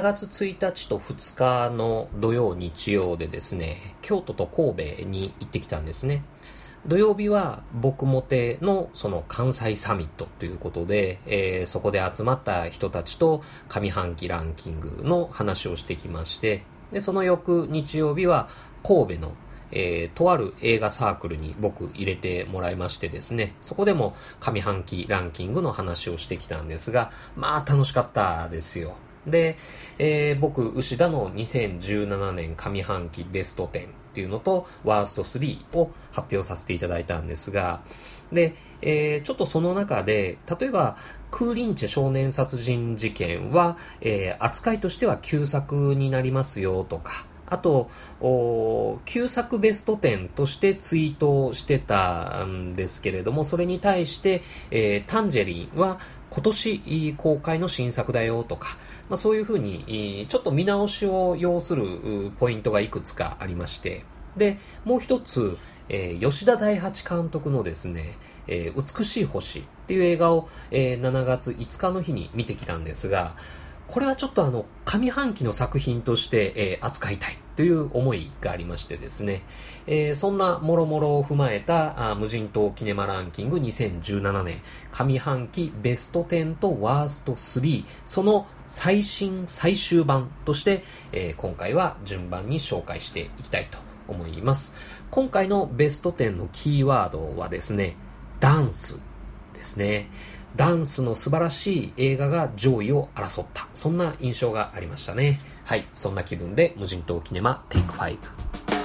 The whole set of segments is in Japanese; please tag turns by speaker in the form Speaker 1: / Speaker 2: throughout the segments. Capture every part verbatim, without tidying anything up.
Speaker 1: がつついたちとふつかの土曜日曜でですね、京都と神戸に行ってきたんですね。土曜日は僕もてのその関西サミットということで、えー、そこで集まった人たちと上半期ランキングの話をしてきまして、でその翌日曜日は神戸のえー、とある映画サークルに僕入れてもらいましてですね、そこでも上半期ランキングの話をしてきたんですが、まあ楽しかったですよ。で、えー、僕牛田のにせんじゅうななねん上半期ベストじゅうっていうのとワーストスリーを発表させていただいたんですが、で、えー、ちょっとその中で例えばクーリンチェ少年殺人事件は、えー、扱いとしては旧作になりますよとか、あと、旧作ベストじゅうとしてツイートしてたんですけれども、それに対して、えー、タンジェリンは今年公開の新作だよとか、まあ、そういうふうにちょっと見直しを要するポイントがいくつかありまして、で、もう一つ、えー、吉田大八監督のですね、えー、美しい星っていう映画を、えー、しちがついつかの日に見てきたんですが、これはちょっとあの上半期の作品として、えー、扱いたいという思いがありましてですね、えー、そんなもろもろを踏まえたあ無人島キネマランキングにせんじゅうななねん上半期ベストじゅうとワーストスリー、その最新最終版として、えー、今回は順番に紹介していきたいと思います。今回のベストじゅうのキーワードはですね、ダンスですね。ダンスの素晴らしい映画が上位を争った、そんな印象がありましたね。はい、そんな気分で無人島キネマテイクファイブ。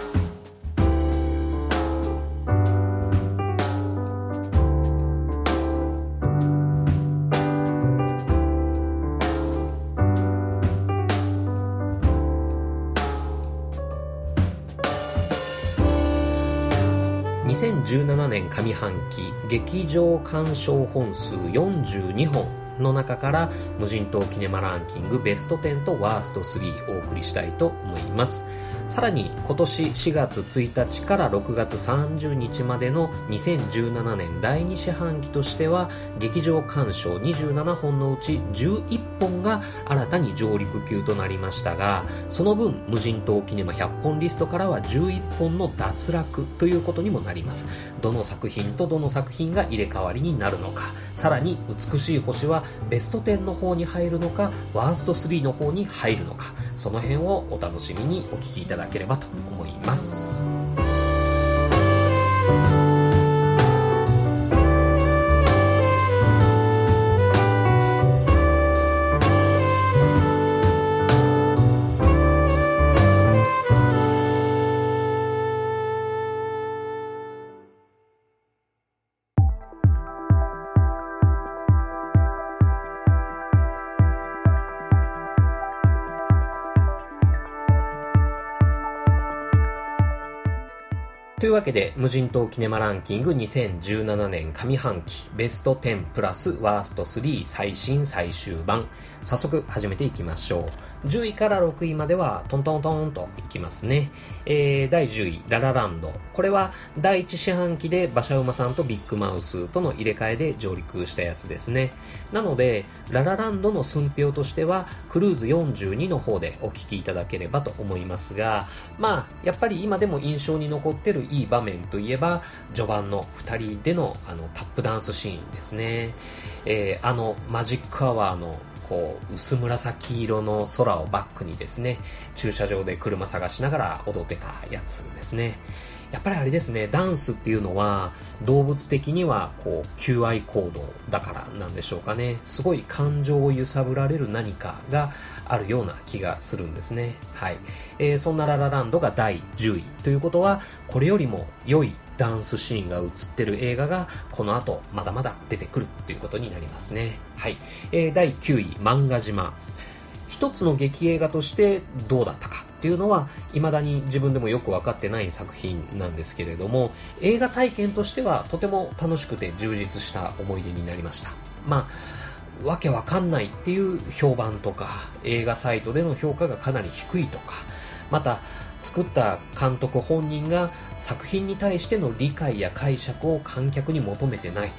Speaker 1: にせんじゅうななねん上半期劇場鑑賞本数よんじゅうにほんの中から無人島キネマランキングベストじゅうとワーストスリーをお送りしたいと思います。さらに今年しがつついたちからろくがつさんじゅうにちまでのにせんじゅうななねんだいに四半期としては劇場鑑賞にじゅうななほんのうちじゅういっぽんが新たに上陸級となりましたが、その分無人島キネマひゃっぽんリストからはじゅういっぽんの脱落ということにもなります。どの作品とどの作品が入れ替わりになるのか、さらに美しい星はベストじゅうの方に入るのかワーストスリーの方に入るのか、その辺をお楽しみにお聞きいただければと思います。というわけで無人島キネマランキングにせんじゅうななねん上半期ベストじゅうプラスワーストスリー最新最終版、早速始めていきましょう。じゅういからろくいまではトントントンといきますね。えー、だいじゅういララランド、これはだいいち四半期で馬車馬さんとビッグマウスとの入れ替えで上陸したやつですね。なのでララランドの寸評としてはクルーズよんじゅうにの方でお聞きいただければと思いますが、まあやっぱり今でも印象に残ってるいい場面といえば序盤のふたりでのあのタップダンスシーンですね。えー、あのマジックアワーのこう薄紫色の空をバックにですね、駐車場で車探しながら踊ってたやつですね。やっぱりあれですね、ダンスっていうのは動物的にはこう求愛行動だからなんでしょうかね。すごい感情を揺さぶられる何かがあるような気がするんですね。はい、えー、そんなララランドがだいじゅういということは、これよりも良いダンスシーンが映ってる映画がこの後まだまだ出てくるということになりますね。はい、えー、だいきゅうい漫画島、一つの劇映画としてどうだったかっていうのは未だに自分でもよく分かってない作品なんですけれども、映画体験としてはとても楽しくて充実した思い出になりました。まあわけわかんないっていう評判とか映画サイトでの評価がかなり低いとか、また作った監督本人が作品に対しての理解や解釈を観客に求めてないとか、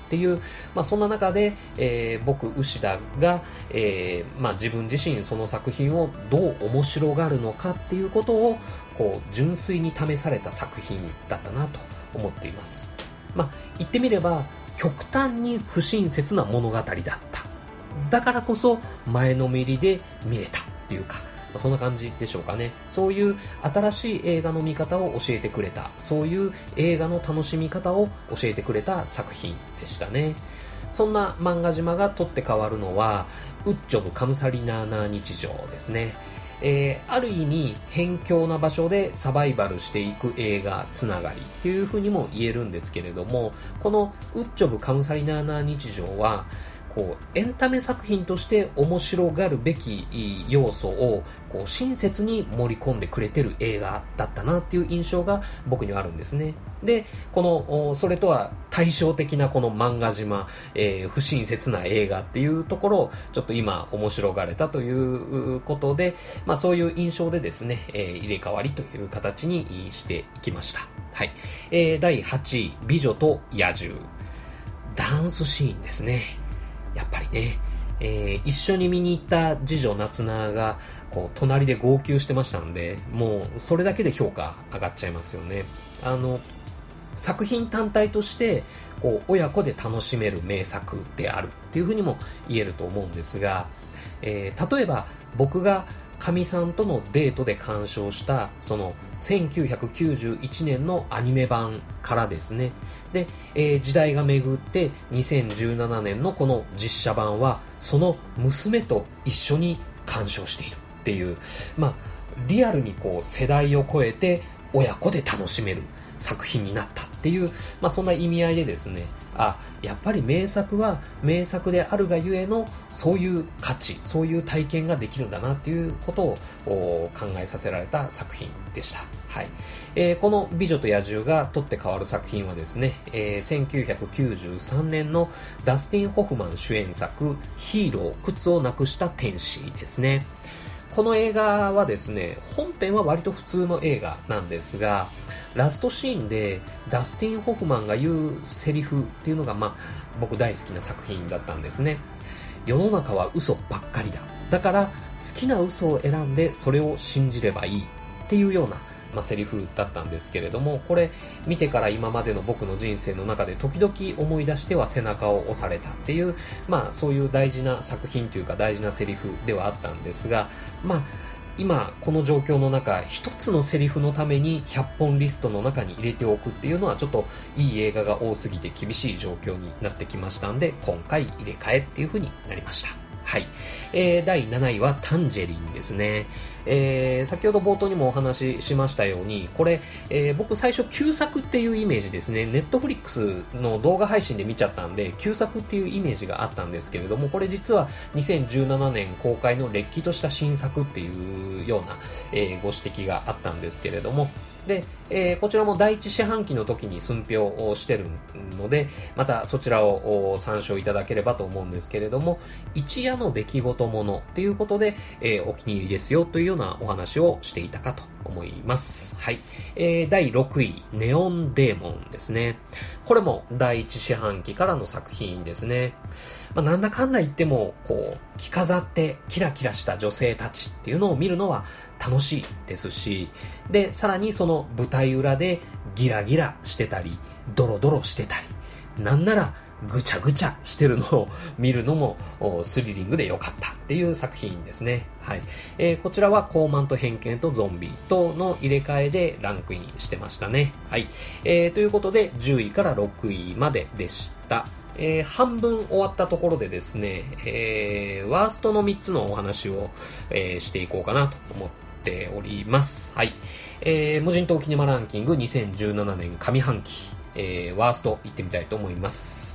Speaker 1: っていう、まあ、そんな中で、えー、僕牛田が、えーまあ、自分自身その作品をどう面白がるのかっていうことをこう純粋に試された作品だったなと思っています。まあ、言ってみれば極端に不親切な物語だった。だからこそ前のめりで見れたっていうか、そんな感じでしょうかね。そういう新しい映画の見方を教えてくれた、そういう映画の楽しみ方を教えてくれた作品でしたね。そんな漫画島が取って変わるのはウッジョブ・カムサリナーナ日常ですね。えー、ある意味辺境な場所でサバイバルしていく映画つながりっていう風にも言えるんですけれども、このウッジョブ・カムサリナーナ日常はこうエンタメ作品として面白がるべき要素をこう親切に盛り込んでくれてる映画だったなっていう印象が僕にはあるんですね。で、このそれとは対照的なこの漫画島、えー、不親切な映画っていうところをちょっと今面白がれたということで、まあそういう印象でですね、えー、入れ替わりという形にしていきました。はい。えー、だいはちい、美女と野獣。ダンスシーンですね。やっぱりね、えー、一緒に見に行った次女夏菜がこう隣で号泣してましたんで、もうそれだけで評価上がっちゃいますよね。あの作品単体としてこう親子で楽しめる名作であるっていうふうにも言えると思うんですが、えー、例えば僕がかみさんとのデートで鑑賞したそのせんきゅうひゃくきゅうじゅういちねんのアニメ版からですね、で、えー、時代が巡ってにせんじゅうななねんのこの実写版はその娘と一緒に鑑賞しているっていう、まあリアルにこう世代を超えて親子で楽しめる作品になったっていう、まあそんな意味合いでですね、あ、やっぱり名作は名作であるがゆえのそういう価値、そういう体験ができるんだなっていうことを考えさせられた作品でした。はい。えー、この美女と野獣が取って変わる作品はですね、えー、せんきゅうひゃくきゅうじゅうさんねんのダスティン・ホフマン主演作ヒーロー靴をなくした天使ですね。この映画はですね、本編は割と普通の映画なんですが、ラストシーンでダスティン・ホフマンが言うセリフっていうのが、まあ、僕大好きな作品だったんですね。世の中は嘘ばっかりだ。だから好きな嘘を選んでそれを信じればいいっていうような、まあ、セリフだったんですけれども、これ見てから今までの僕の人生の中で時々思い出しては背中を押されたっていう、まあそういう大事な作品というか大事なセリフではあったんですが、まあ今この状況の中一つのセリフのためにひゃっぽんリストの中に入れておくっていうのはちょっといい映画が多すぎて厳しい状況になってきましたんで、今回入れ替えっていう風になりました。はい。えー、だいなないはタンジェリンですね。えー、先ほど冒頭にもお話ししましたように、これ、えー、僕最初旧作っていうイメージですね。ネットフリックスの動画配信で見ちゃったんで、旧作っていうイメージがあったんですけれども、これ実はにせんじゅうななねん公開のれっきとした新作っていうような、えー、ご指摘があったんですけれども、で、えー、こちらも第一四半期の時に寸評をしてるので、またそちらを参照いただければと思うんですけれども、一夜の出来事ものっていうことで、えー、お気に入りですよというようなお話をしていたかと思います。はい。えー、だいろくい、ネオンデーモンですね。これも第一四半期からの作品ですね。まあ、なんだかんだ言っても、こう、着飾ってキラキラした女性たちっていうのを見るのは楽しいですし、で、さらにその舞台裏でギラギラしてたり、ドロドロしてたり、なんならぐちゃぐちゃしてるのを見るのもスリリングで良かったっていう作品ですね。はい。えー、こちらは高慢と偏見とゾンビとの入れ替えでランクインしてましたね。はい。えー、ということでじゅういからろくいまででした。えー、半分終わったところでですね、えー、ワーストのみっつのお話を、えー、していこうかなと思っております。はい。えー、無人島キネマランキングにせんじゅうななねん上半期、えー、ワーストいってみたいと思います。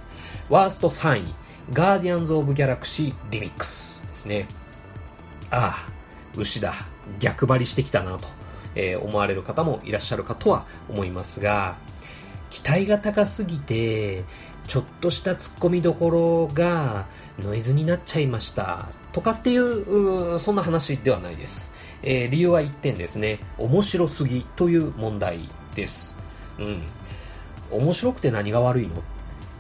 Speaker 1: ワーストさんい、ガーディアンズ・オブ・ギャラクシー・リミックスですね。ああ、牛だ、逆張りしてきたなと、えー、思われる方もいらっしゃるかとは思いますが、期待が高すぎて、ちょっとした突っ込みどころがノイズになっちゃいましたとかっていう、うそんな話ではないです。えー、理由はいってんですね。面白すぎという問題です。うん。面白くて何が悪いの？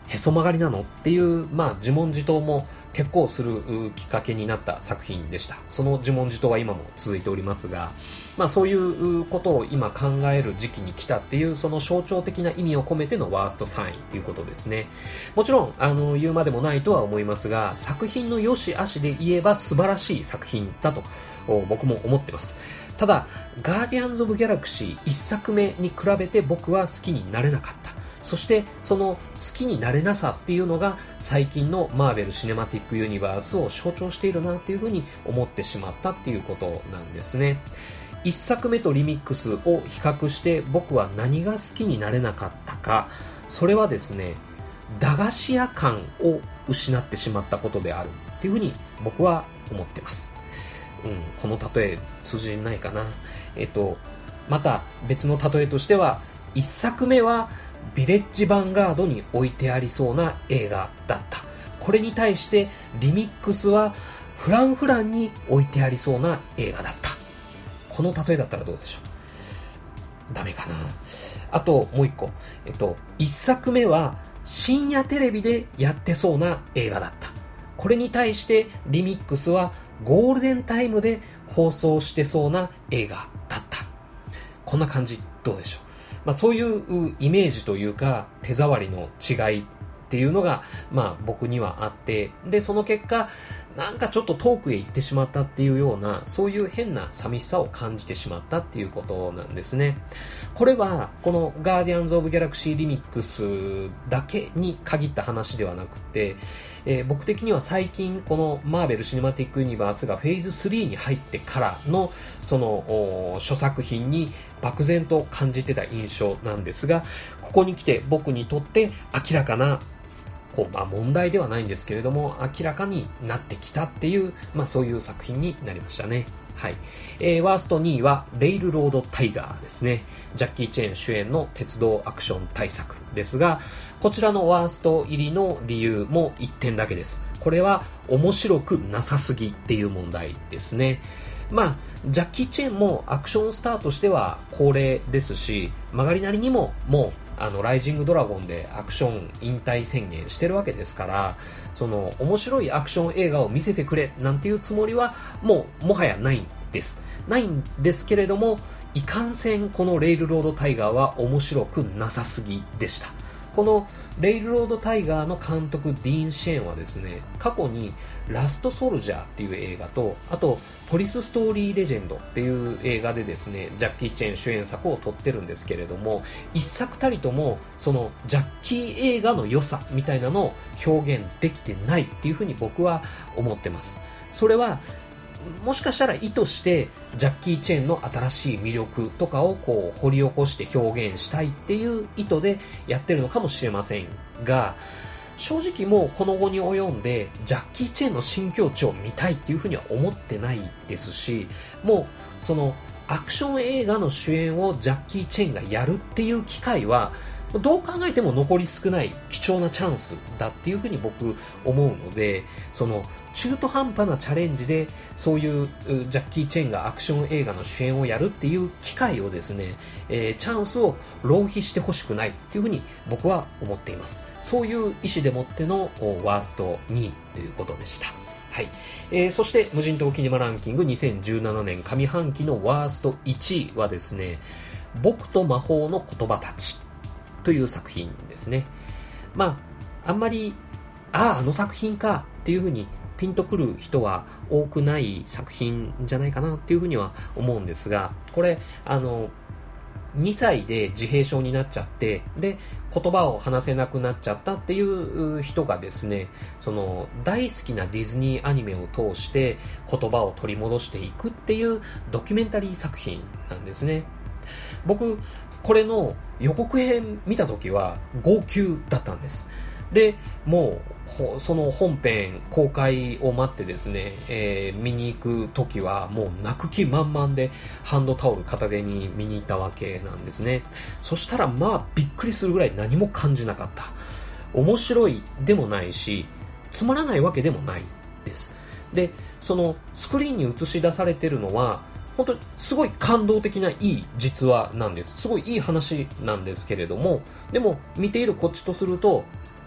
Speaker 1: へそ曲がりなのっていう、まあ、自問自答も結構するきっかけになった作品でした。その自問自答は今も続いておりますが、まあ、そういうことを今考える時期に来たっていう、その象徴的な意味を込めてのワーストさんいっていうことですね。もちろんあの言うまでもないとは思いますが、作品の良し悪しで言えば素晴らしい作品だと僕も思ってます。ただガーディアンズ・オブ・ギャラクシーいっさくめに比べて僕は好きになれなかった。そしてその好きになれなさっていうのが最近のマーベル・シネマティック・ユニバースを象徴しているなっていうふうに思ってしまったっていうことなんですね。いっさくめとリミックスを比較して僕は何が好きになれなかったか、それはですね、駄菓子屋感を失ってしまったことであるっていうふうに僕は思ってます。うん、この例え通じないかな。えっと、また別の例えとしては、いっさくめはビレッジヴァンガードに置いてありそうな映画だった。これに対してリミックスはフランフランに置いてありそうな映画だった。この例えだったらどうでしょう。ダメかな。あともう一個、えっと、いっさくめは深夜テレビでやってそうな映画だった。これに対してリミックスはゴールデンタイムで放送してそうな映画だった。こんな感じどうでしょう。まあ、そういうイメージというか手触りの違いっていうのが、まあ、僕にはあって、でその結果なんかちょっと遠くへ行ってしまったっていうような、そういう変な寂しさを感じてしまったっていうことなんですね。これはこのガーディアンズ・オブ・ギャラクシー・リミックスだけに限った話ではなくて、えー、僕的には最近このマーベル・シネマティック・ユニバースがフェーズスリーに入ってからのその諸作品に漠然と感じてた印象なんですが、ここに来て僕にとって明らかなこう、まあ、問題ではないんですけれども明らかになってきたっていう、まあ、そういう作品になりましたね。はい。えー、ワーストにいはレイルロードタイガーですね。ジャッキー・チェーン主演の鉄道アクション大作ですが、こちらのワースト入りの理由もいってんだけです。これは面白くなさすぎっていう問題ですね。まあ、ジャッキー・チェーンもアクションスターとしては高齢ですし、曲がりなりにももうあのライジングドラゴンでアクション引退宣言してるわけですから、その面白いアクション映画を見せてくれなんていうつもりはもうもはやないんですないんですけれども、いかんせんこのレイルロードタイガーは面白くなさすぎでした。このレイルロードタイガーの監督ディーン・シェーンはですね、過去にラストソルジャーっていう映画と、あとポリスストーリーレジェンドっていう映画でですね、ジャッキー・チェーン主演作を撮ってるんですけれども、一作たりともそのジャッキー映画の良さみたいなのを表現できてないっていうふうに僕は思ってます。それはもしかしたら意図してジャッキー・チェーンの新しい魅力とかをこう掘り起こして表現したいっていう意図でやってるのかもしれませんが、正直もうこの後に及んでジャッキー・チェーンの新境地を見たいっていうふうには思ってないですし、もうそのアクション映画の主演をジャッキー・チェーンがやるっていう機会はどう考えても残り少ない貴重なチャンスだっていうふうに僕思うので、その中途半端なチャレンジでそういうジャッキー・チェンがアクション映画の主演をやるっていう機会をですね、えー、チャンスを浪費してほしくないっていうふうに僕は思っています。そういう意思でもってのワーストにいということでした。はい。えー、そして無人島キネマランキングにせんじゅうななねん上半期のワーストいちいはですね、僕と魔法の言葉たちという作品ですね。まああんまりあああの作品かっていうふうにピンとくる人は多くない作品じゃないかなっていうふうには思うんですが、これあのにさいで自閉症になっちゃって、で言葉を話せなくなっちゃったっていう人がですね、その大好きなディズニーアニメを通して言葉を取り戻していくっていうドキュメンタリー作品なんですね。僕これの予告編見た時は号泣だったんです。でもうその本編公開を待ってですね、えー、見に行く時はもう泣く気満々でハンドタオル片手に見に行ったわけなんですね。そしたらまあびっくりするぐらい何も感じなかった。面白いでもないしつまらないわけでもないです。でそのスクリーンに映し出されてるのは本当にすごい感動的ないい実話なんです。すごいいい話なんですけれども、でも見ているこっちとすると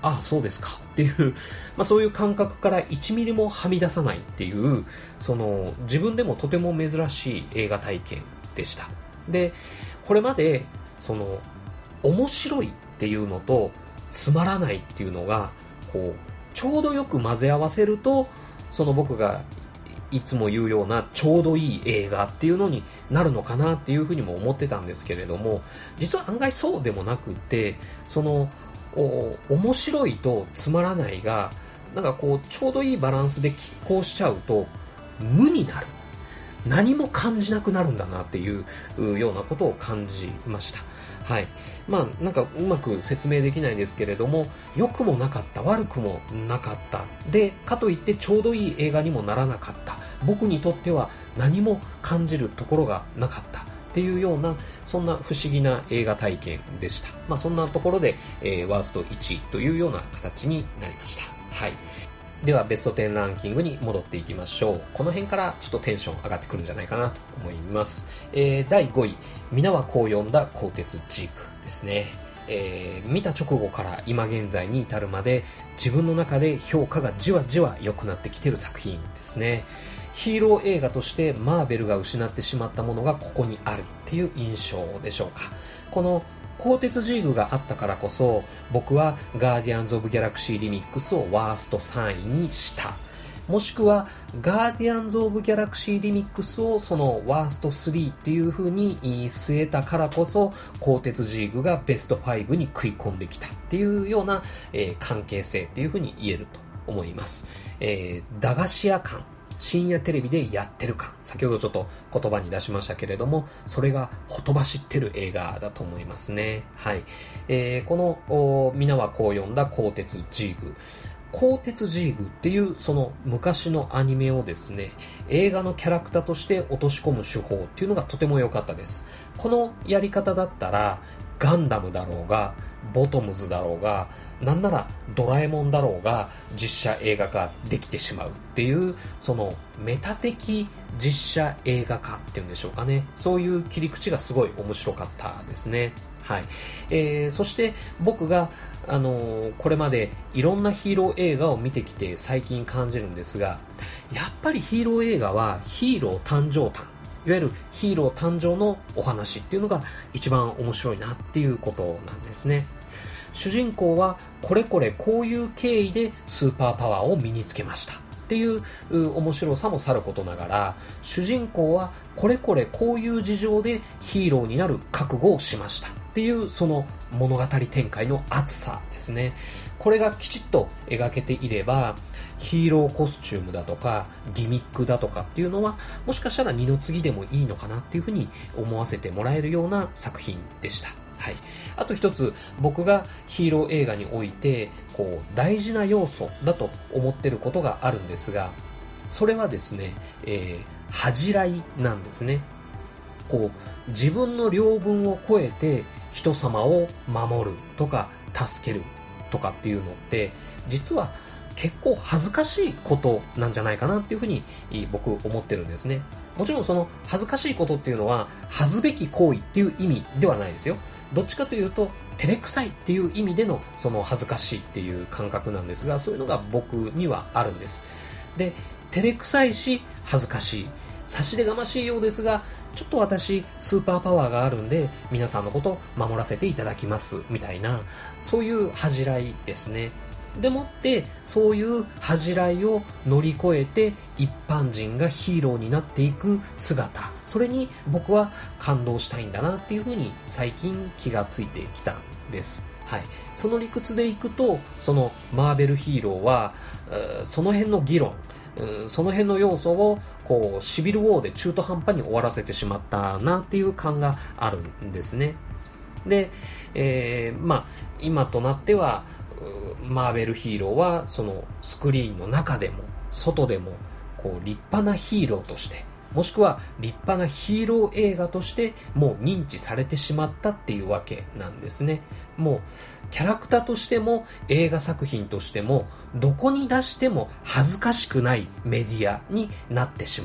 Speaker 1: ああそうですかっていう、まあ、そういう感覚からいちミリもはみ出さないっていう、その自分でもとても珍しい映画体験でした。でこれまでその面白いっていうのとつまらないっていうのがこうちょうどよく混ぜ合わせると、その僕がいつも言うようなちょうどいい映画っていうのになるのかなっていうふうにも思ってたんですけれども、実は案外そうでもなくって、そのお面白いとつまらないがなんかこうちょうどいいバランスで拮抗しちゃうと無になる、何も感じなくなるんだなっていうようなことを感じました。はい。まあなんかうまく説明できないですけれども、良くもなかった悪くもなかったで、かといってちょうどいい映画にもならなかった、僕にとっては何も感じるところがなかったっていうような、そんな不思議な映画体験でした。まあそんなところで、えー、ワーストいちいというような形になりました。はい。ではベストじゅうランキングに戻っていきましょう。この辺からちょっとテンション上がってくるんじゃないかなと思います。えー、だいごい、皆はこう呼んだ鋼鉄ジークですね。えー、見た直後から今現在に至るまで自分の中で評価がじわじわ良くなってきている作品ですね。ヒーロー映画としてマーベルが失ってしまったものがここにあるっていう印象でしょうか。この鋼鉄ジーグがあったからこそ僕はガーディアンズ・オブ・ギャラクシー・リミックスをワーストさんいにした、もしくはガーディアンズ・オブ・ギャラクシー・リミックスをそのワーストスリーっていう風に据えたからこそ鋼鉄ジーグがベストごに食い込んできたっていうような、えー、関係性っていう風に言えると思います。えー、駄菓子屋感、深夜テレビでやってる感、先ほどちょっと言葉に出しましたけれども、それがほとばしってる映画だと思いますね。はい。えー、この皆はこう呼んだ鋼鉄ジーグ、鋼鉄ジーグっていうその昔のアニメをですね、映画のキャラクターとして落とし込む手法っていうのがとても良かったです。このやり方だったらガンダムだろうがボトムズだろうがなんならドラえもんだろうが実写映画化できてしまうっていう、そのメタ的実写映画化っていうんでしょうかね、そういう切り口がすごい面白かったですね。はい。えー、そして僕があのー、これまでいろんなヒーロー映画を見てきて最近感じるんですが、やっぱりヒーロー映画はヒーロー誕生譚、いわゆるヒーロー誕生のお話っていうのが一番面白いなっていうことなんですね。主人公はこれこれこういう経緯でスーパーパワーを身につけましたっていう面白さもさることながら、主人公はこれこれこういう事情でヒーローになる覚悟をしましたっていう、その物語展開の厚さですね。これがきちっと描けていれば、ヒーローコスチュームだとかギミックだとかっていうのはもしかしたら二の次でもいいのかなっていうふうに思わせてもらえるような作品でした。はい。あと一つ僕がヒーロー映画においてこう大事な要素だと思ってることがあるんですが、それはですね、えー、恥じらいなんですね。こう自分の領分を超えて人様を守るとか助けるとかっていうのって実は結構恥ずかしいことなんじゃないかなっていうふうに僕思ってるんですね。もちろんその恥ずかしいことっていうのは恥ずべき行為っていう意味ではないですよ。どっちかというと照れくさいっていう意味でのその恥ずかしいっていう感覚なんですが、そういうのが僕にはあるんです。で、照れくさいし恥ずかしい、差し出がましいようですが、ちょっと私スーパーパワーがあるんで皆さんのこと守らせていただきますみたいな、そういう恥じらいですね。でもってそういう恥じらいを乗り越えて一般人がヒーローになっていく姿、それに僕は感動したいんだなっていうふうに最近気がついてきたんです。はい、その理屈でいくと、そのマーベルヒーローはその辺の議論、その辺の要素をこうシビルウォーで中途半端に終わらせてしまったなっていう感があるんですね。で、えー、まあ今となってはマーベルヒーローはそのスクリーンの中でも外でもこう立派なヒーローとして、もしくは立派なヒーロー映画としてもう認知されてしまったっていうわけなんですね。もうキャラクターとしても映画作品としてもどこに出しても恥ずかしくないメディアになってしまったっ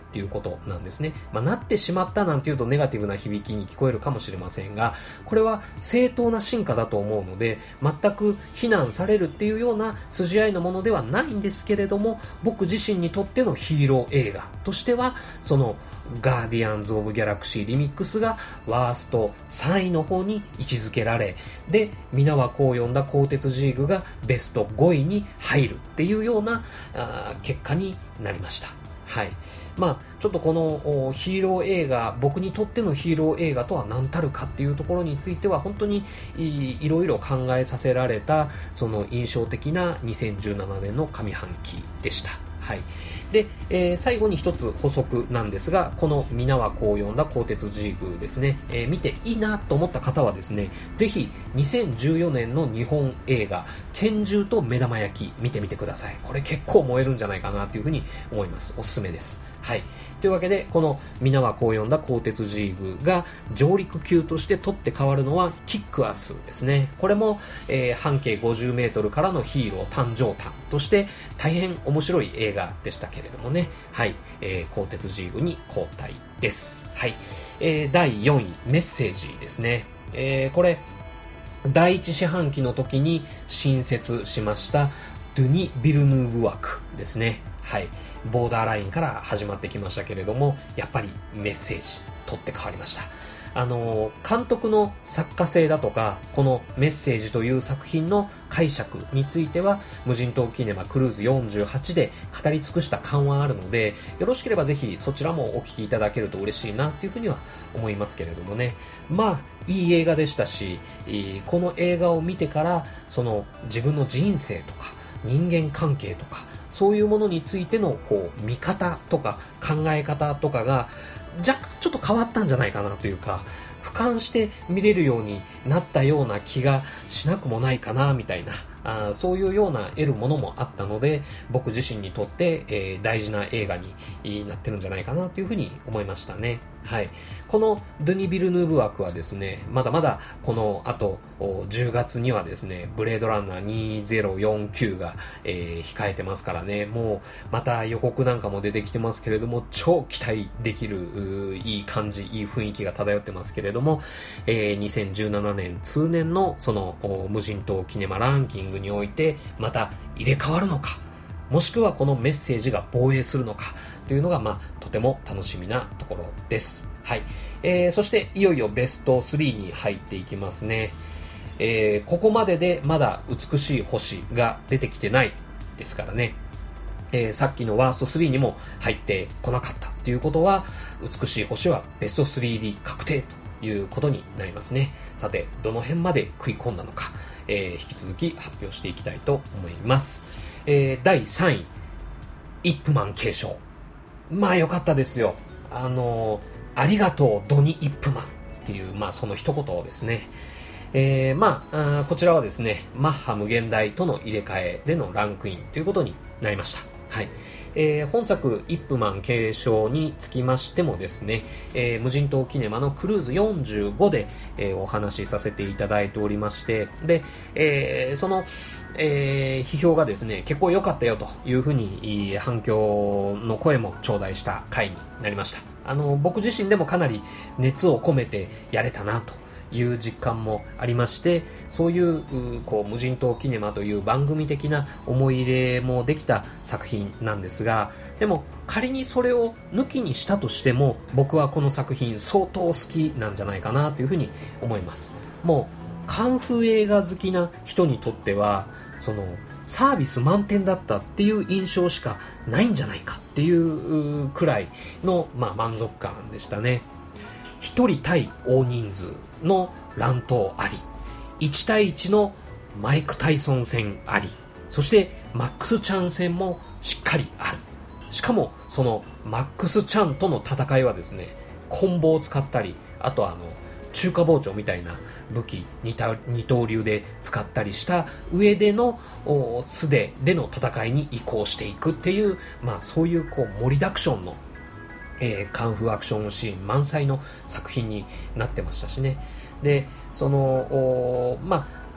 Speaker 1: っていうことなんですね。まあ、なってしまったなんていうとネガティブな響きに聞こえるかもしれませんが、これは正当な進化だと思うので、全く非難されるっていうような筋合いのものではないんですけれども、僕自身にとってのヒーロー映画としては、そのガーディアンズ・オブ・ギャラクシー・リミックスがワーストさんいの方に位置づけられ、で皆はこう呼んだ鋼鉄ジーグがベストごいに入るっていうようなあ結果になりました。はい。まあちょっとこのヒーロー映画、僕にとってのヒーロー映画とは何たるかっていうところについては本当に い, いろいろ考えさせられた、その印象的なにせんじゅうななねんの上半期でした。はい。で、えー、最後に一つ補足なんですが、この皆はこう呼んだ鋼鉄ジーグですね、えー、見ていいなと思った方はですね、ぜひにせんじゅうよねんの日本映画拳銃と目玉焼き見てみてください。これ結構燃えるんじゃないかなというふうに思います。おすすめです。はい。というわけで、この皆はこう呼んだ鋼鉄ジーグが上陸級として取って変わるのはキックアスですね。これも、えー、半径ごじゅうメートルからのヒーロー誕生譚として大変面白い映画でしたけれどもね。はい。えー、鋼鉄ジーグに交代です。はい。えー、だいよんい、メッセージですね。えー、これ、第一四半期の時に新設しましたドゥニ・ビルヌーブ枠ですね。はい。ボーダーラインから始まってきましたけれども、やっぱりメッセージ取って変わりました。あの監督の作家性だとか、このメッセージという作品の解釈については無人島キネマクルーズよんじゅうはちで語り尽くした感はあるので、よろしければぜひそちらもお聞きいただけると嬉しいなっていうふうには思いますけれどもね。まあいい映画でしたし、この映画を見てからその自分の人生とか人間関係とかそういうものについてのこう見方とか考え方とかが若干ちょっと変わったんじゃないかなというか、俯瞰して見れるようになったような気がしなくもないかなみたいな、あそういうような得るものもあったので、僕自身にとって、えー、大事な映画になってるんじゃないかなというふうに思いましたね。はい。このドゥニ・ビルヌーブ枠はですね、まだまだこの後じゅうがつにはですね、ブレードランナーにせんよんじゅうきゅうが、えー、控えてますからね、もうまた予告なんかも出てきてますけれども、超期待できるいい感じ、いい雰囲気が漂ってますけれども、えー、にせんじゅうななねん通年のその無人島キネマランキングにおいてまた入れ替わるのか、もしくはこのメッセージが防衛するのかというのが、まあ、とても楽しみなところです。はい。えー、そしていよいよベストスリーに入っていきますね。えー、ここまででまだ美しい星が出てきてないですからね。えー、さっきのワーストスリーにも入ってこなかったということは、美しい星はベストスリー入り確定ということになりますね。さて、どの辺まで食い込んだのか、えー、引き続き発表していきたいと思います。えー、だいさんい、イップマン継承。まあ良かったですよ。あのー、ありがとうドニ・イップマンっていう、まあその一言をですね。えー、まあ、あこちらはですね、マッハ無限大との入れ替えでのランクインということになりました。はい。えー、本作イップマン継承につきましてもですね、えー、無人島キネマのクルーズよんじゅうごで、えー、お話しさせていただいておりまして、で、えー、その、えー、批評がですね、結構良かったよというふうに反響の声も頂戴した回になりました。あの、僕自身でもかなり熱を込めてやれたなという実感もありまして、そういう、こう無人島キネマという番組的な思い入れもできた作品なんですが、でも仮にそれを抜きにしたとしても、僕はこの作品相当好きなんじゃないかなというふうに思います。もうカンフー映画好きな人にとっては、そのサービス満点だったっていう印象しかないんじゃないかっていうくらいの、まあ、満足感でしたね。一人対大人数の乱闘あり、いち対いちのマイク・タイソン戦あり、そしてマックス・チャン戦もしっかりある。しかもそのマックス・チャンとの戦いはですね、コンボを使ったり、あとはあの中華包丁みたいな武器二刀流で使ったりした上での素手での戦いに移行していくっていう、まあそういうこう盛りだくしょんのえー、カンフーアクションシーン満載の作品になってましたしね。で、その、まあ、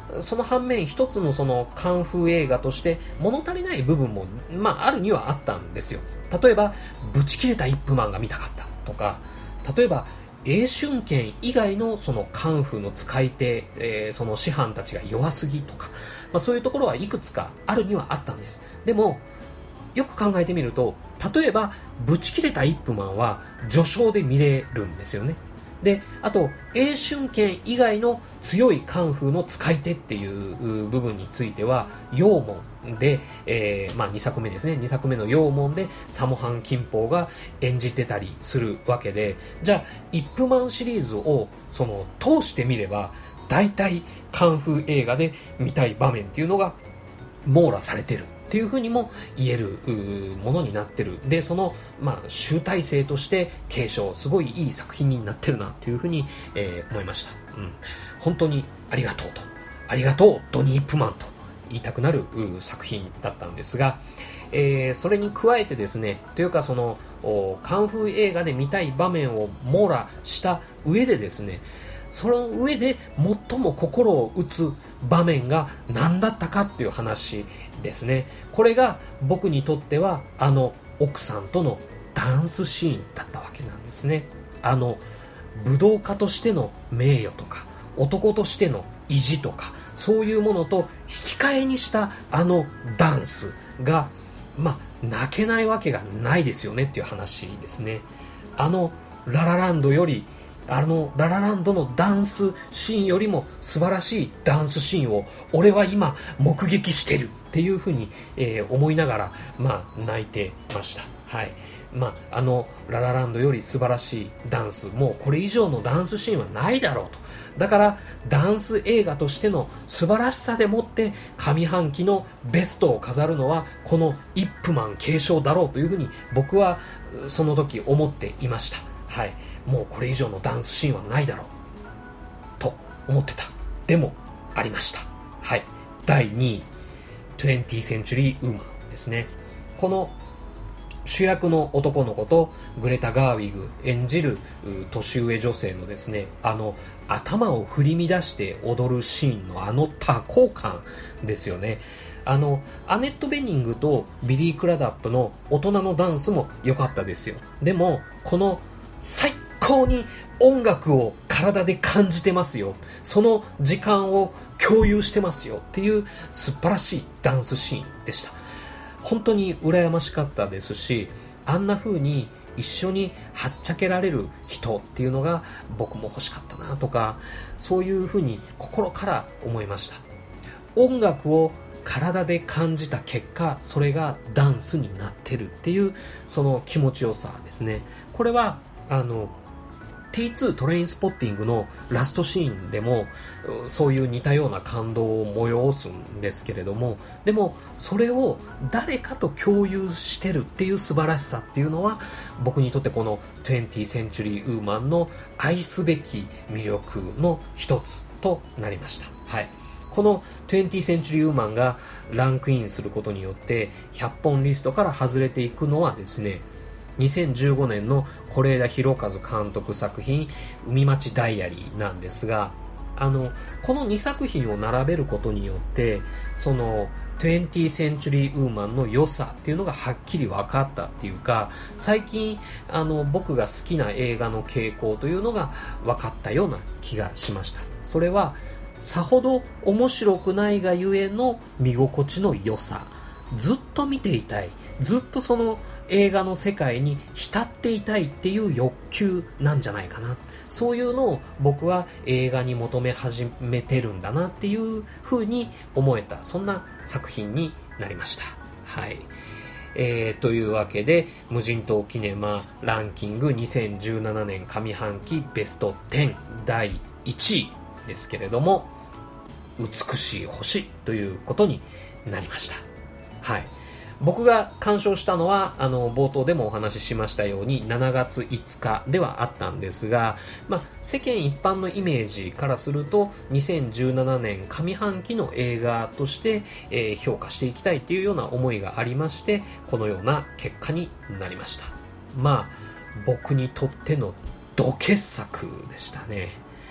Speaker 1: その反面一つのそのカンフー映画として物足りない部分も、まあ、あるにはあったんですよ。例えばブチ切れたイップマンが見たかったとか、例えば英春剣以外のそのカンフーの使い手、えー、その師範たちが弱すぎとか、まあ、そういうところはいくつかあるにはあったんです。でもよく考えてみると、例えばブチ切れたイップマンは序章で見れるんですよね。で、あと英春剣以外の強いカンフーの使い手っていう部分については陽門で、えーまあ、にさくめですね、にさくめの陽門でサモハン・キンポーが演じてたりするわけで、じゃあイップマンシリーズをその通してみれば大体カンフー映画で見たい場面っていうのが網羅されてるっていうふうにも言えるものになってる。で、その、まあ、集大成として継承、すごいいい作品になってるなというふうに、えー、思いました。うん。本当にありがとうと。ありがとう、ドニー・イップマンと言いたくなる作品だったんですが、えー、それに加えてですね、というかその、カンフー映画で見たい場面を網羅した上でですね、その上で最も心を打つ場面が何だったかっていう話ですね。これが僕にとってはあの奥さんとのダンスシーンだったわけなんですね。あの武道家としての名誉とか男としての意地とかそういうものと引き換えにしたあのダンスがまあ泣けないわけがないですよねっていう話ですね。あのララランドよりあのララランドのダンスシーンよりも素晴らしいダンスシーンを俺は今目撃してるっていうふうに、えー、思いながら、まあ、泣いてました。はい。まあ、あのララランドより素晴らしいダンス、もうこれ以上のダンスシーンはないだろうと。だからダンス映画としての素晴らしさでもって上半期のベストを飾るのはこのイップマン継承だろうというふうに僕はその時思っていました。はい。もうこれ以上のダンスシーンはないだろうと思ってた。でもありました。はい。だいにい、twentieth Century Woman ですね。この主役の男の子とグレタ・ガーウィグ演じる年上女性のですね、あの頭を振り乱して踊るシーンのあの多幸感ですよね。あのアネット・ベニングとビリー・クラダップの大人のダンスも良かったですよ。でもこの最高に音楽を体で感じてますよ、その時間を共有してますよっていう素晴らしいダンスシーンでした。本当に羨ましかったですし、あんな風に一緒にはっちゃけられる人っていうのが僕も欲しかったなとか、そういう風に心から思いました。音楽を体で感じた結果、それがダンスになってるっていうその気持ちよさですね。これはあの ティーツー トレインスポッティングのラストシーンでもそういう似たような感動を催すんですけれども、でもそれを誰かと共有してるっていう素晴らしさっていうのは僕にとってこの twentieth Century Woman の愛すべき魅力の一つとなりました。はい。この twentieth Century Woman がランクインすることによってひゃっぽんリストから外れていくのはですね、にせんじゅうごねんの是枝裕和監督作品海町ダイアリーなんですが、あのこのにさく品を並べることによってその twentieth Century Woman の良さっていうのがはっきり分かったっていうか、最近あの僕が好きな映画の傾向というのが分かったような気がしました。それはさほど面白くないがゆえの見心地の良さ、ずっと見ていたい、ずっとその映画の世界に浸っていたいっていう欲求なんじゃないかな。そういうのを僕は映画に求め始めてるんだなっていう風に思えた、そんな作品になりました。はい。えー、というわけで無人島キネマランキングにせんじゅうななねん上半期ベストじゅうだいいちいですけれども、美しい星ということになりました。はい。僕が鑑賞したのはあの冒頭でもお話ししましたようにしちがついつかではあったんですが、まあ、世間一般のイメージからするとにせんじゅうななねん上半期の映画として、えー、評価していきたいというような思いがありまして、このような結果になりました。まあ僕にとってのド傑作でしたね。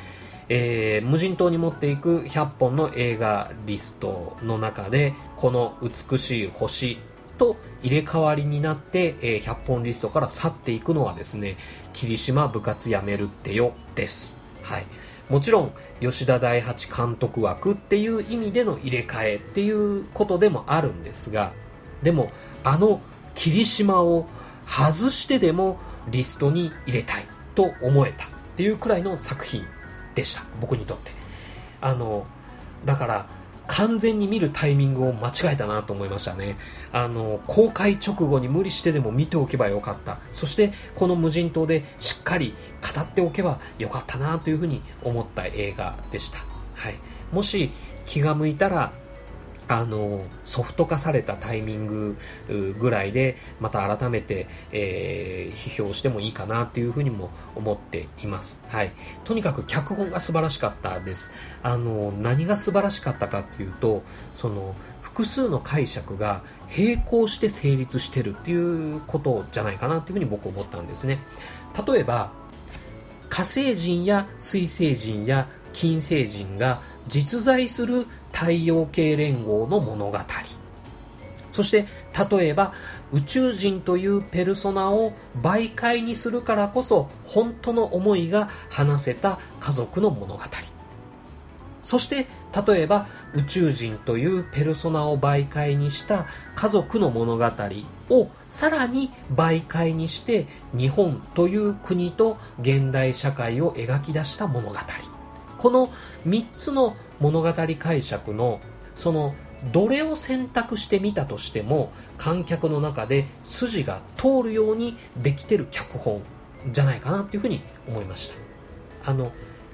Speaker 1: えー、無人島に持っていくひゃっぽんの映画リストの中で、この美しい星と入れ替わりになって、えー、ひゃっぽんリストから去っていくのはですね、霧島部活やめるってよです。はい。もちろん吉田大八監督枠っていう意味での入れ替えっていうことでもあるんですが、でもあの霧島を外してでもリストに入れたいと思えたっていうくらいの作品でした、僕にとって。あのだから完全に見るタイミングを間違えたなと思いましたね。あの公開直後に無理してでも見ておけばよかった。そしてこの無人島でしっかり語っておけばよかったなというふうに思った映画でした。はい。もし気が向いたらあのソフト化されたタイミングぐらいでまた改めて、えー、批評してもいいかなっていうふうにも思っています。はい。とにかく脚本が素晴らしかったです。あの何が素晴らしかったかっていうと、その複数の解釈が並行して成立してるっていうことじゃないかなっていうふうに僕思ったんですね。例えば火星人や水星人や金星人が実在する太陽系連合の物語、そして例えば宇宙人というペルソナを媒介にするからこそ本当の思いが話せた家族の物語、そして例えば宇宙人というペルソナを媒介にした家族の物語をさらに媒介にして日本という国と現代社会を描き出した物語、このみっつの物語解釈のそのどれを選択してみたとしても観客の中で筋が通るようにできてる脚本じゃないかなっていうふうに思いました。あの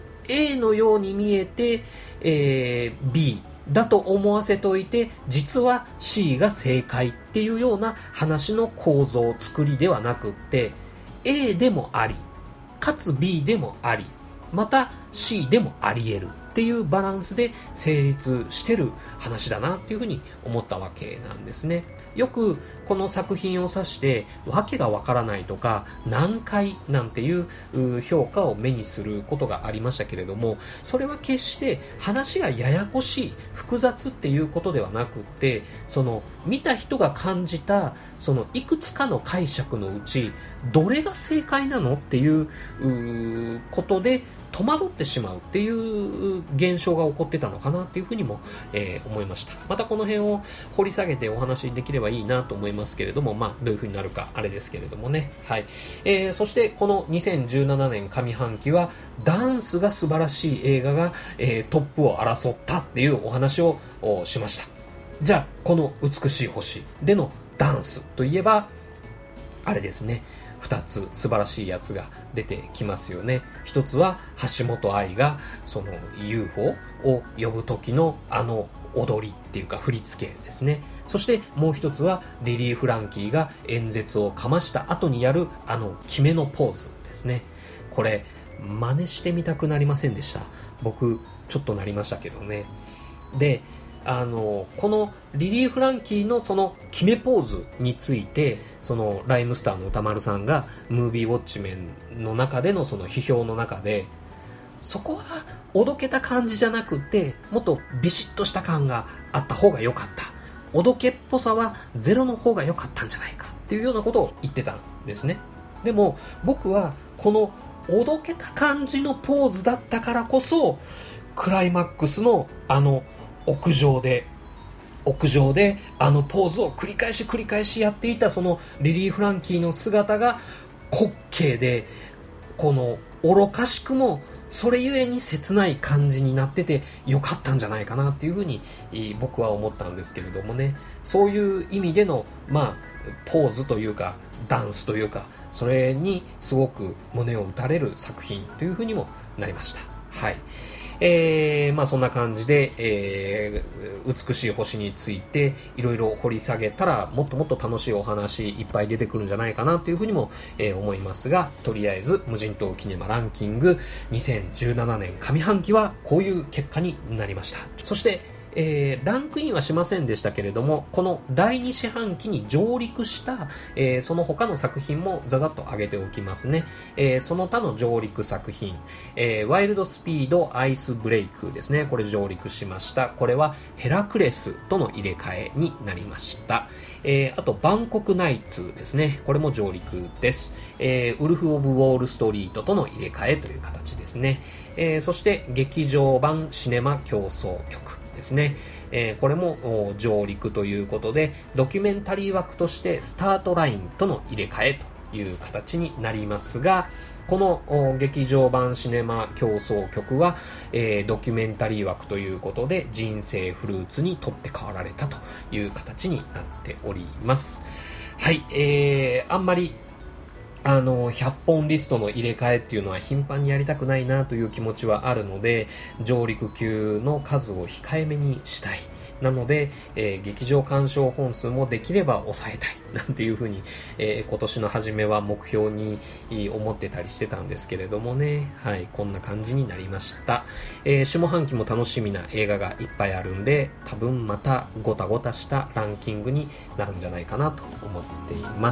Speaker 1: A のように見えて、えー、B だと思わせといて実は C が正解っていうような話の構造作りではなくって、 A でもありかつ B でもありまた C でもあり得るっていうバランスで成立してる話だなっていうふうに思ったわけなんですね。よくこの作品を指してわけがわからないとか難解なんていう評価を目にすることがありましたけれども、それは決して話がややこしい複雑っていうことではなくって、その見た人が感じたそのいくつかの解釈のうちどれが正解なのっていうことで戸惑ってしまうっていう現象が起こってたのかなっていうふうにも、えー、思いました。またこの辺を掘り下げてお話しできればいいなと思いますけれども、まあどういうふうになるかあれですけれどもね。はい。えー、そしてこのにせんじゅうななねん上半期はダンスが素晴らしい映画が、えー、トップを争ったっていうお話をしました。じゃあこの美しい星でのダンスといえばあれですね、ふたつ素晴らしいやつが出てきますよね。ひとつは橋本愛がその ユーフォー を呼ぶ時のあの踊りっていうか振り付けですね。そしてもう一つはリリー・フランキーが演説をかました後にやるあの決めのポーズですね。これ真似してみたくなりませんでした？僕ちょっとなりましたけどね。であのこのリリー・フランキーのその決めポーズについてそのライムスターの歌丸さんがムービーウォッチメンの中でのその批評の中で、そこはおどけた感じじゃなくてもっとビシッとした感があった方が良かった、おどけっぽさはゼロの方が良かったんじゃないかっていうようなことを言ってたんですね。でも僕はこのおどけた感じのポーズだったからこそクライマックスのあの屋上で屋上であのポーズを繰り返し繰り返しやっていたそのリリー・フランキーの姿が滑稽で、この愚かしくもそれゆえに切ない感じになっててよかったんじゃないかなっていうふうに僕は思ったんですけれどもね。そういう意味でのまあポーズというかダンスというか、それにすごく胸を打たれる作品というふうにもなりました。はい。えー、まあそんな感じで、えー、美しい星についていろいろ掘り下げたらもっともっと楽しいお話いっぱい出てくるんじゃないかなというふうにも、えー、思いますが、とりあえず無人島キネマランキングにせんじゅうななねん上半期はこういう結果になりました。そしてえー、ランクインはしませんでしたけれども、このだいに四半期に上陸した、えー、その他の作品もざざっと挙げておきますね。えー、その他の上陸作品、えー、ワイルドスピードアイスブレイクですね。これ上陸しました。これはヘラクレスとの入れ替えになりました。えー、あとバンコクナイツですね。これも上陸です。えー、ウルフ・オブ・ウォール・ストリートとの入れ替えという形ですね。えー、そして劇場版シネマ競争曲ですね。えー、これも上陸ということで、ドキュメンタリー枠としてスタートラインとの入れ替えという形になりますが、この劇場版シネマ競争曲は、えー、ドキュメンタリー枠ということで人生フルーツに取って代わられたという形になっております。はい、えー、あんまりあのひゃっぽんリストの入れ替えっていうのは頻繁にやりたくないなという気持ちはあるので、上陸級の数を控えめにしたい。なので、えー、劇場鑑賞本数もできれば抑えたいなんていうふうに、えー、今年の初めは目標に思ってたりしてたんですけれどもね。はい、こんな感じになりました。えー、下半期も楽しみな映画がいっぱいあるんで、多分またごたごたしたランキングになるんじゃないかなと思っています。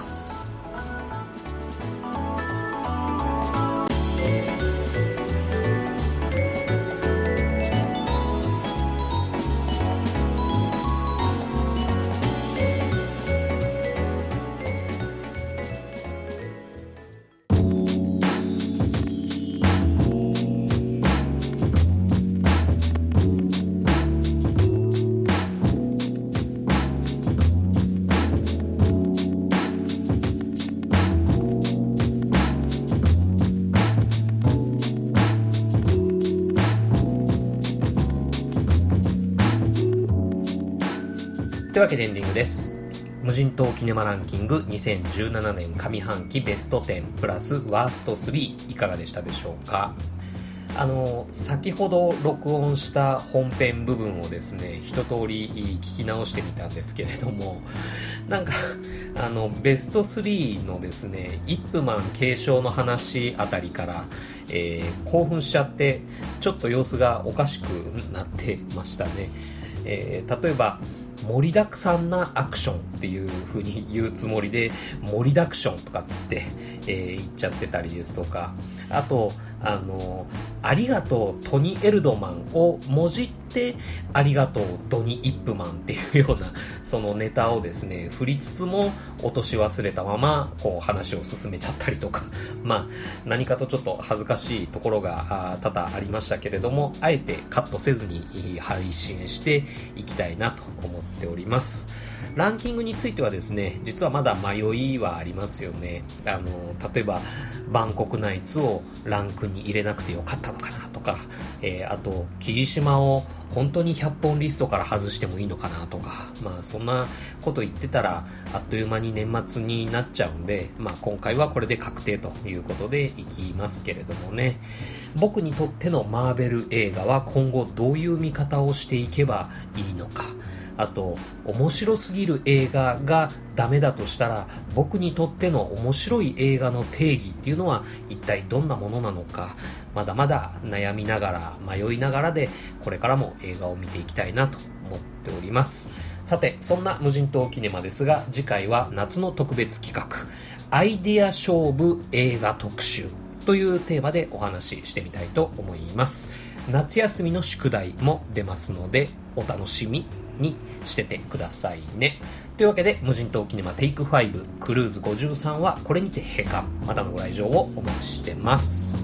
Speaker 1: というわけでエンディングです。無人島キネマランキングにせんじゅうななねん上半期ベストじゅうプラスワーストスリーいかがでしたでしょうか。あの先ほど録音した本編部分をですね一通り聞き直してみたんですけれども、なんかあのベストスリーのですねイップマン継承の話あたりから、えー、興奮しちゃってちょっと様子がおかしくなってましたね。えー、例えば盛りだくさんなアクションっていう風に言うつもりで盛りだくションとかっつって、えー、言っちゃってたりですとか、あとあのありがとうトニ・エルドマンをもじってありがとうドニ・イップマンっていうようなそのネタをですね振りつつも落とし忘れたままこう話を進めちゃったりとか、まあ何かとちょっと恥ずかしいところが多々ありましたけれども、あえてカットせずに配信していきたいなと思っております。ランキングについてはですね、実はまだ迷いはありますよね。あの例えばバンコクナイツをランクに入れなくてよかったのかなとか、えー、あと霧島を本当にひゃっぽんリストから外してもいいのかなとか、まあそんなこと言ってたらあっという間に年末になっちゃうんで、まあ今回はこれで確定ということでいきますけれどもね。僕にとってのマーベル映画は今後どういう見方をしていけばいいのか、あと面白すぎる映画がダメだとしたら僕にとっての面白い映画の定義っていうのは一体どんなものなのか、まだまだ悩みながら迷いながらでこれからも映画を見ていきたいなと思っております。さてそんな無人島キネマですが、次回は夏の特別企画アイデア勝負映画特集というテーマでお話ししてみたいと思います。夏休みの宿題も出ますのでお楽しみにしててくださいね。というわけで無人島キネマテイクファイブクルーズごじゅうさんはこれにて閉館。またのご来場をお待ちしてます。